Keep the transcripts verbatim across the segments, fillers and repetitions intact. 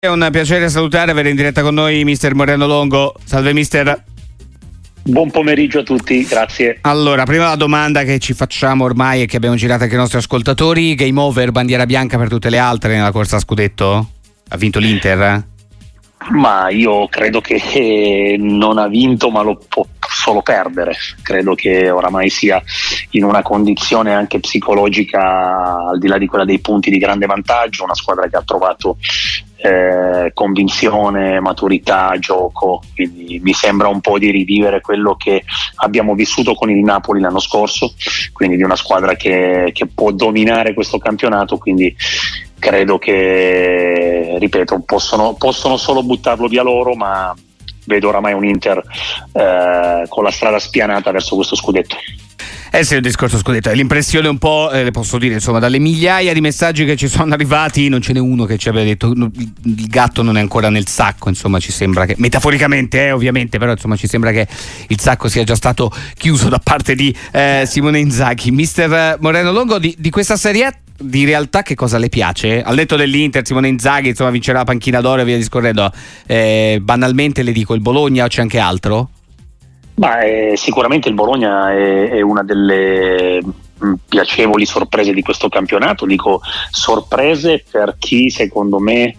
È un piacere salutare, avere in diretta con noi mister Moreno Longo. Salve mister. Buon pomeriggio a tutti, grazie. Allora, prima la domanda che ci facciamo ormai e che abbiamo girato anche ai nostri ascoltatori: game over, bandiera bianca per tutte le altre nella corsa a scudetto? Ha vinto l'Inter? Ma io credo che non ha vinto, ma lo può solo perdere. Credo che oramai sia in una condizione anche psicologica, al di là di quella dei punti, di grande vantaggio, una squadra che ha trovato eh, convinzione, maturità, gioco, quindi mi sembra un po' di rivivere quello che abbiamo vissuto con il Napoli l'anno scorso, quindi di una squadra che, che può dominare questo campionato, quindi credo che, ripeto, possono, possono solo buttarlo via loro, ma vedo oramai un Inter eh, con la strada spianata verso questo scudetto. Eh sì, il discorso scudetto è l'impressione un po', eh, le posso dire, insomma, dalle migliaia di messaggi che ci sono arrivati non ce n'è uno che ci abbia detto il gatto non è ancora nel sacco, insomma ci sembra che, metaforicamente eh, ovviamente, però insomma ci sembra che il sacco sia già stato chiuso da parte di eh, Simone Inzaghi. mister Moreno Longo, di, di questa Serie A di realtà che cosa le piace? Al letto dell'Inter, Simone Inzaghi insomma vincerà la panchina d'oro e via discorrendo, eh, banalmente le dico il Bologna o c'è anche altro? Ma eh, sicuramente il Bologna è, è una delle mh, piacevoli sorprese di questo campionato. Dico sorprese per chi secondo me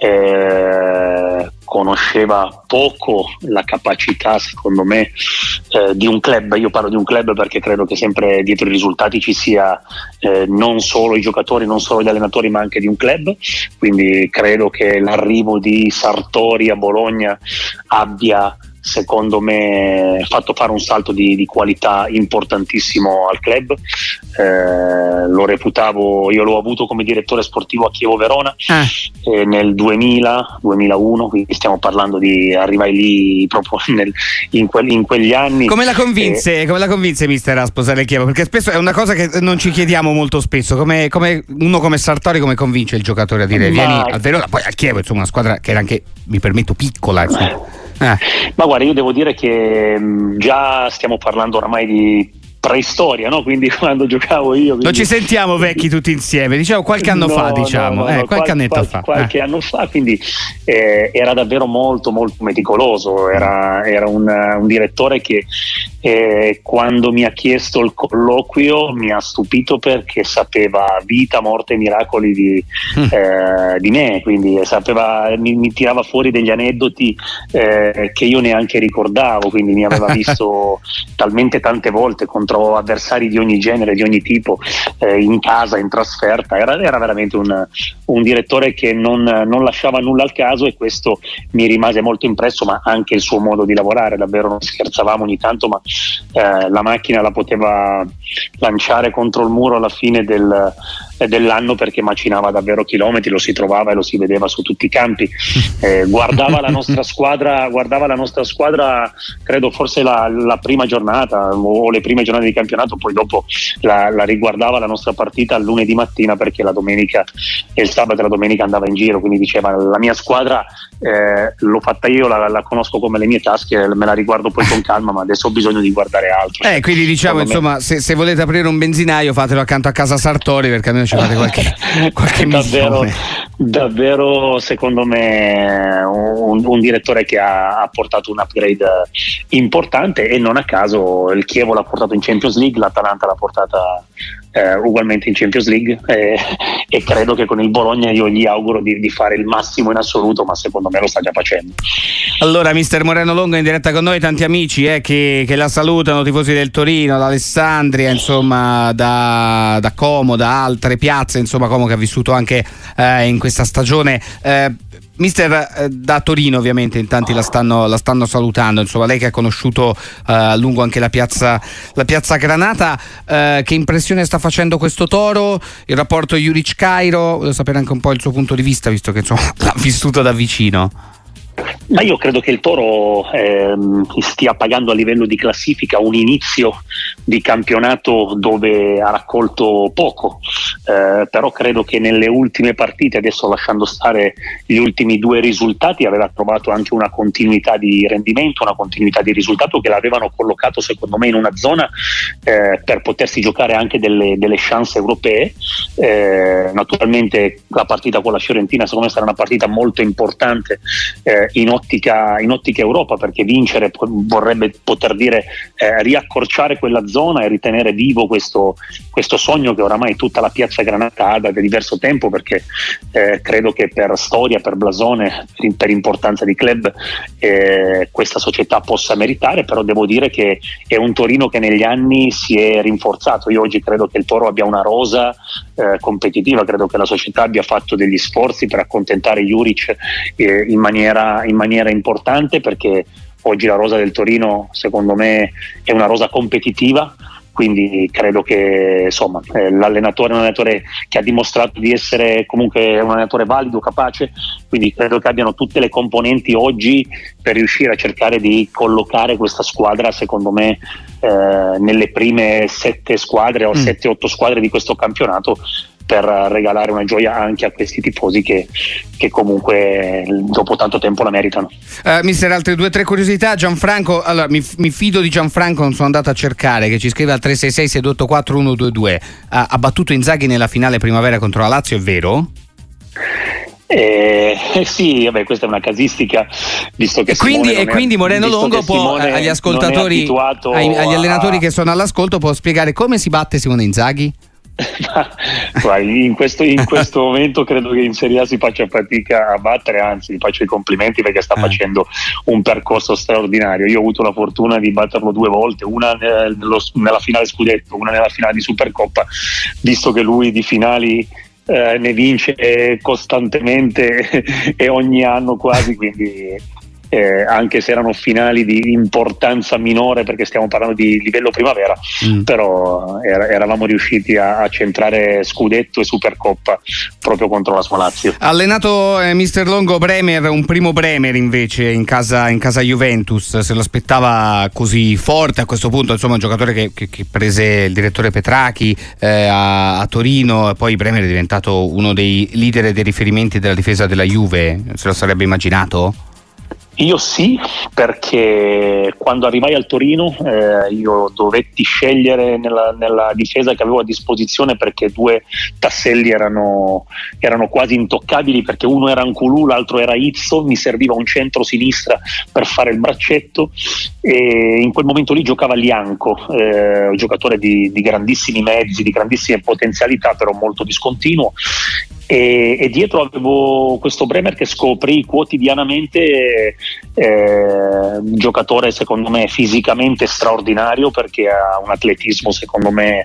eh, conosceva poco la capacità, secondo me, eh, di un club. Io parlo di un club perché credo che sempre dietro i risultati ci sia eh, non solo i giocatori, non solo gli allenatori, ma anche di un club. Quindi credo che l'arrivo di Sartori a Bologna abbia, secondo me, fatto fare un salto di, di qualità importantissimo al club. Eh, lo reputavo, io l'ho avuto come direttore sportivo a Chievo Verona eh. eh, nel duemila duemilauno, quindi stiamo parlando di arrivai lì proprio nel, in, que, in quegli anni. Come la convinse, eh, come la convinse mister a sposare il Chievo? Perché spesso è una cosa che non ci chiediamo molto spesso, come, come uno come Sartori come convince il giocatore a dire ma... vieni al Verona, poi al Chievo, insomma una squadra che era anche, mi permetto, piccola, insomma. Eh. Ma guarda, io devo dire che mh, già stiamo parlando oramai di preistoria, no? Quindi quando giocavo io quindi... non ci sentiamo vecchi tutti insieme, diciamo qualche anno no, fa diciamo no, no, eh, no, qualche qual- annetto qual- fa qualche eh. anno fa, quindi eh, era davvero molto molto meticoloso, era, era un, un direttore che eh, quando mi ha chiesto il colloquio mi ha stupito perché sapeva vita, morte e miracoli di, mm. eh, di me, quindi sapeva, mi, mi tirava fuori degli aneddoti eh, che io neanche ricordavo, quindi mi aveva visto talmente tante volte contro avversari di ogni genere, di ogni tipo, eh, in casa, in trasferta. Era, era veramente un, un direttore che non, non lasciava nulla al caso, e questo mi rimase molto impresso, ma anche il suo modo di lavorare, davvero non scherzavamo ogni tanto, ma eh, la macchina la poteva lanciare contro il muro alla fine del, dell'anno perché macinava davvero chilometri, lo si trovava e lo si vedeva su tutti i campi. Eh, guardava la nostra squadra, guardava la nostra squadra, credo forse la, la prima giornata o le prime giornate di campionato, poi dopo la, la riguardava la nostra partita il lunedì mattina perché la domenica e il sabato e la domenica andava in giro, quindi diceva la mia squadra eh, l'ho fatta io, la, la conosco come le mie tasche, me la riguardo poi con calma, ma adesso ho bisogno di guardare altro. Eh, quindi diciamo insomma se, se volete aprire un benzinaio fatelo accanto a casa Sartori, perché almeno ci fate qualche, qualche davvero, davvero secondo me un, un direttore che ha, ha portato un upgrade importante, e non a caso il Chievo l'ha portato in Champions League, l'Atalanta l'ha portata eh, ugualmente in Champions League, eh, e credo che con il Bologna io gli auguro di, di fare il massimo in assoluto, ma secondo me lo sta già facendo. Allora mister Moreno Longo in diretta con noi, tanti amici eh, che, che la salutano, tifosi del Torino, da Alessandria, insomma da, da Como, da altre piazze, insomma Como che ha vissuto anche eh, in questa stagione. eh, Mister, eh, da Torino ovviamente in tanti la stanno, la stanno salutando, insomma lei che ha conosciuto eh, a lungo anche la piazza, la piazza Granata, eh, che impressione sta facendo questo Toro, il rapporto Juric-Cairo, voglio sapere anche un po' il suo punto di vista visto che insomma l'ha vissuto da vicino. Ma io credo che il Toro ehm, stia pagando a livello di classifica un inizio di campionato dove ha raccolto poco, eh, però credo che nelle ultime partite, adesso lasciando stare gli ultimi due risultati, aveva trovato anche una continuità di rendimento, una continuità di risultato che l'avevano collocato secondo me in una zona eh, per potersi giocare anche delle, delle chance europee. Eh, naturalmente la partita con la Fiorentina secondo me sarà una partita molto importante eh, in Ottica, in ottica Europa, perché vincere vorrebbe poter dire eh, riaccorciare quella zona e ritenere vivo questo, questo sogno che oramai tutta la piazza Granata ha da diverso tempo, perché eh, credo che per storia, per blasone, per, per importanza di club eh, questa società possa meritare. Però devo dire che è un Torino che negli anni si è rinforzato. Io oggi credo che il Toro abbia una rosa eh, competitiva, credo che la società abbia fatto degli sforzi per accontentare Juric eh, in maniera in maniera importante, perché oggi la rosa del Torino secondo me è una rosa competitiva, quindi credo che insomma eh, l'allenatore è un allenatore che ha dimostrato di essere comunque un allenatore valido, capace, quindi credo che abbiano tutte le componenti oggi per riuscire a cercare di collocare questa squadra secondo me eh, nelle prime sette squadre o mm. sette otto squadre di questo campionato, per regalare una gioia anche a questi tifosi che, che comunque dopo tanto tempo la meritano. Uh, mister, altre due o tre curiosità. Gianfranco, allora mi, mi fido di Gianfranco, non sono andato a cercare, che ci scrive al tre sei sei sei otto quattro uno due due. Ha, ha battuto Inzaghi nella finale primavera contro la Lazio, è vero? Eh, eh sì, vabbè, questa è una casistica, visto che e quindi, e quindi Moreno Longo può, agli ascoltatori, ai, agli allenatori a... che sono all'ascolto, può spiegare come si batte Simone Inzaghi? in, questo, in questo momento credo che in Serie A si faccia fatica a battere, anzi gli faccio i complimenti perché sta eh. facendo un percorso straordinario. Io ho avuto la fortuna di batterlo due volte, una nello, nella finale scudetto, una nella finale di Supercoppa, visto che lui di finali eh, ne vince costantemente e ogni anno quasi, quindi Eh, anche se erano finali di importanza minore perché stiamo parlando di livello primavera, mm. però era, eravamo riusciti a, a centrare scudetto e Supercoppa proprio contro la sua Lazio. Allenato eh, mister Longo, Bremer, un primo Bremer invece in casa, in casa Juventus, se lo aspettava così forte a questo punto? Insomma, un giocatore che, che, che prese il direttore Petrachi eh, a, a Torino, e poi Bremer è diventato uno dei leader e dei riferimenti della difesa della Juve. Se lo sarebbe immaginato? Io sì, perché quando arrivai al Torino eh, io dovetti scegliere nella, nella difesa che avevo a disposizione, perché due tasselli erano, erano quasi intoccabili, perché uno era Nkulù, l'altro era Izzo, mi serviva un centro-sinistra per fare il braccetto, e in quel momento lì giocava Lianco, eh, un giocatore di, di grandissimi mezzi, di grandissime potenzialità, però molto discontinuo. E, e dietro avevo questo Bremer che scoprì quotidianamente, eh, un giocatore secondo me fisicamente straordinario, perché ha un atletismo secondo me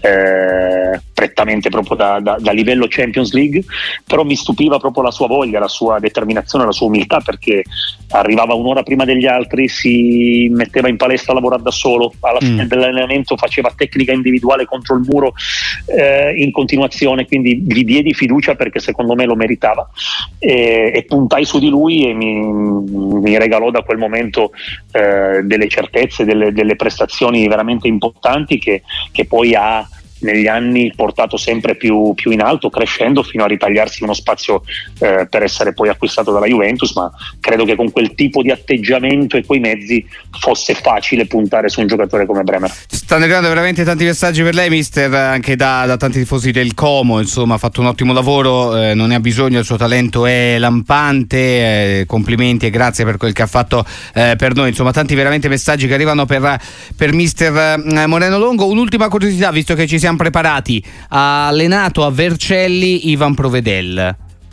eh, prettamente proprio da, da, da livello Champions League, però mi stupiva proprio la sua voglia, la sua determinazione, la sua umiltà, perché arrivava un'ora prima degli altri, si metteva in palestra a lavorare da solo, alla fine mm. dell'allenamento faceva tecnica individuale contro il muro eh, in continuazione, quindi gli diedi fiducia perché secondo me lo meritava, e, e puntai su di lui e mi, mi regalò da quel momento eh, delle certezze, delle, delle prestazioni veramente importanti che, che poi ha negli anni portato sempre più, più in alto, crescendo fino a ritagliarsi uno spazio eh, per essere poi acquistato dalla Juventus. Ma credo che con quel tipo di atteggiamento e quei mezzi fosse facile puntare su un giocatore come Bremer. Stanno arrivando veramente tanti messaggi per lei, mister, anche da, da tanti tifosi del Como. Insomma, ha fatto un ottimo lavoro, eh, non ne ha bisogno, il suo talento è lampante, eh, complimenti e grazie per quel che ha fatto eh, per noi. Insomma, tanti veramente messaggi che arrivano per, per mister eh, Moreno Longo. Un'ultima curiosità, visto che ci siamo preparati: ha allenato a Vercelli Ivan Provedel,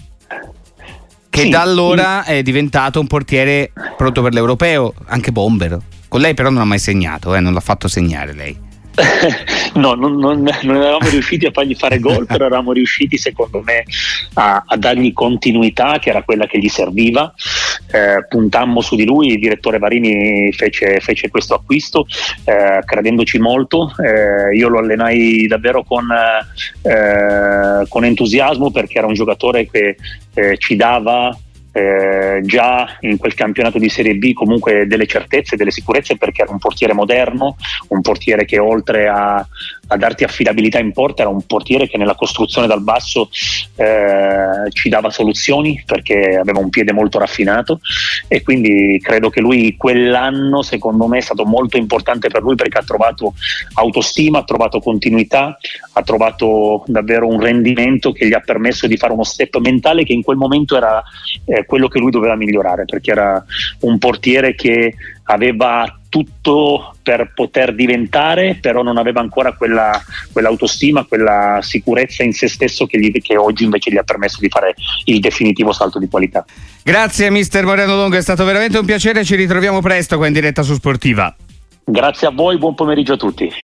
che sì, da allora sì. è diventato un portiere pronto per l'europeo, anche bomber. Con lei però non ha mai segnato, eh, non l'ha fatto segnare lei. No, non, non, non eravamo riusciti a fargli fare gol, però eravamo riusciti secondo me a, a dargli continuità, che era quella che gli serviva. Eh, puntammo su di lui, il direttore Varini fece, fece questo acquisto eh, credendoci molto. Eh, io lo allenai davvero con, eh, con entusiasmo, perché era un giocatore che eh, ci dava eh, già in quel campionato di Serie B comunque delle certezze, delle sicurezze, perché era un portiere moderno, un portiere che oltre a, a darti affidabilità in porta era un portiere che nella costruzione dal basso eh, ci dava soluzioni, perché aveva un piede molto raffinato, e quindi credo che lui quell'anno secondo me è stato molto importante per lui, perché ha trovato autostima, ha trovato continuità, ha trovato davvero un rendimento che gli ha permesso di fare uno step mentale che in quel momento era eh, quello che lui doveva migliorare, perché era un portiere che aveva tutto per poter diventare, però non aveva ancora quella quell'autostima, quella sicurezza in se stesso che, gli, che oggi invece gli ha permesso di fare il definitivo salto di qualità. Grazie mister Moreno Longo, è stato veramente un piacere, ci ritroviamo presto qua in diretta su Sportiva. Grazie a voi, buon pomeriggio a tutti.